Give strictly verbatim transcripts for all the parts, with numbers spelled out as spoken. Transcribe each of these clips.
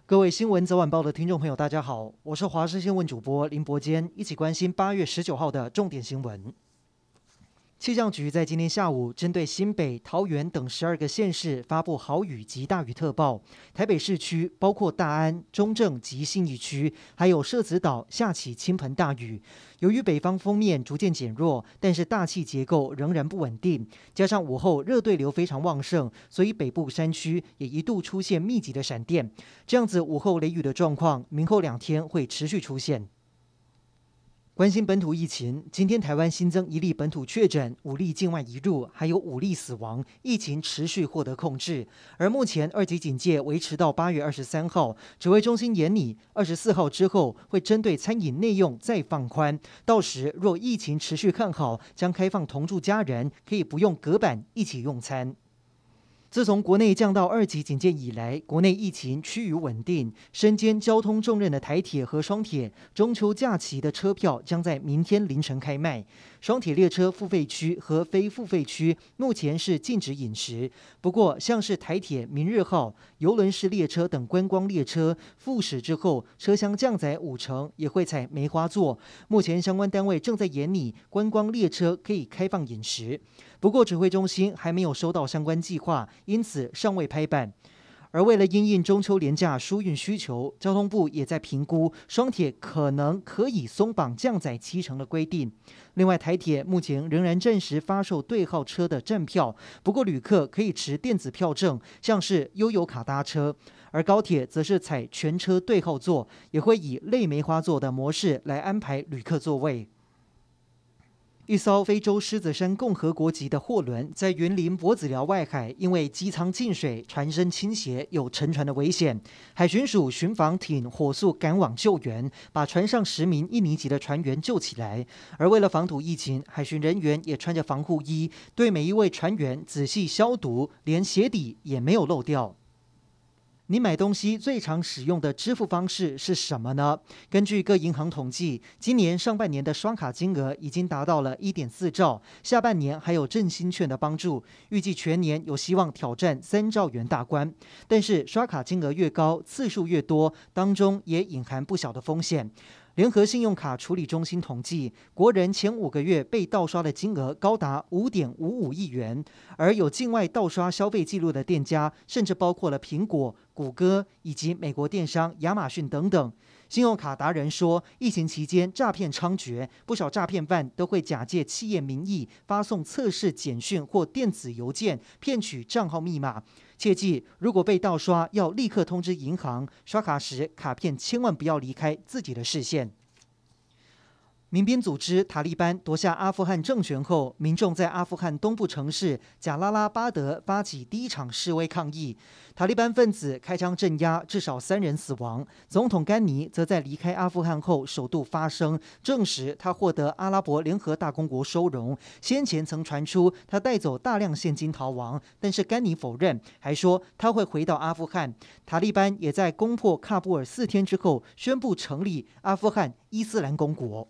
各位新闻早晚报的听众朋友，大家好，我是华视新闻主播林伯坚，一起关心八月十九号的重点新闻。气象局在今天下午针对新北、桃园等十二个县市发布豪雨及大雨特报，台北市区包括大安、中正及信义区，还有社子岛下起倾盆大雨。由于北方锋面逐渐减弱，但是大气结构仍然不稳定，加上午后热对流非常旺盛，所以北部山区也一度出现密集的闪电。这样子午后雷雨的状况，明后两天会持续出现。关心本土疫情，今天台湾新增一例本土确诊，五例境外移入，还有五例死亡，疫情持续获得控制。而目前二级警戒维持到八月二十三号，指挥中心研拟二十四号之后会针对餐饮内用再放宽，到时若疫情持续看好，将开放同住家人可以不用隔板一起用餐。自从国内降到二级警戒以来，国内疫情趋于稳定。身兼交通重任的台铁和双铁，中秋假期的车票将在明天凌晨开卖。双铁列车付费区和非付费区目前是禁止饮食，不过像是台铁明日号、邮轮式列车等观光列车复驶之后，车厢降载五成，也会采梅花座。目前相关单位正在研拟观光列车可以开放饮食。不过指挥中心还没有收到相关计划，因此尚未拍板。而为了因应中秋连假疏运需求，交通部也在评估双铁可能可以松绑降载七成的规定。另外，台铁目前仍然暂时发售对号车的站票，不过旅客可以持电子票证，像是悠游卡搭车。而高铁则是采全车对号座，也会以类梅花座的模式来安排旅客座位。一艘非洲狮子山共和国籍的货轮在云林柏子寮外海，因为机舱进水、船身倾斜，有沉船的危险。海巡署巡防艇火速赶往救援，把船上十名印尼籍的船员救起来。而为了防堵疫情，海巡人员也穿着防护衣，对每一位船员仔细消毒，连鞋底也没有漏掉。你买东西最常使用的支付方式是什么呢？根据各银行统计，今年上半年的刷卡金额已经达到了 一点四兆，下半年还有振兴券的帮助，预计全年有希望挑战三兆元大关。但是刷卡金额越高，次数越多，当中也隐含不小的风险。联合信用卡处理中心统计，国人前五个月被盗刷的金额高达 五点五五亿元，而有境外盗刷消费记录的店家，甚至包括了苹果、谷歌以及美国电商亚马逊等等。信用卡达人说，疫情期间诈骗猖獗，不少诈骗犯都会假借企业名义发送测试简讯或电子邮件，骗取账号密码。切记，如果被盗刷，要立刻通知银行。刷卡时，卡片千万不要离开自己的视线。民兵组织塔利班夺下阿富汗政权后，民众在阿富汗东部城市贾拉拉巴德发起第一场示威抗议，塔利班分子开枪镇压，至少三人死亡。总统甘尼则在离开阿富汗后首度发声，证实他获得阿拉伯联合大公国收容。先前曾传出他带走大量现金逃亡，但是甘尼否认，还说他会回到阿富汗。塔利班也在攻破喀布尔四天之后，宣布成立阿富汗伊斯兰公国。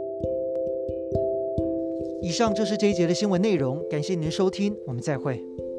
以上就是这一节的新闻内容，感谢您的收听，我们再会。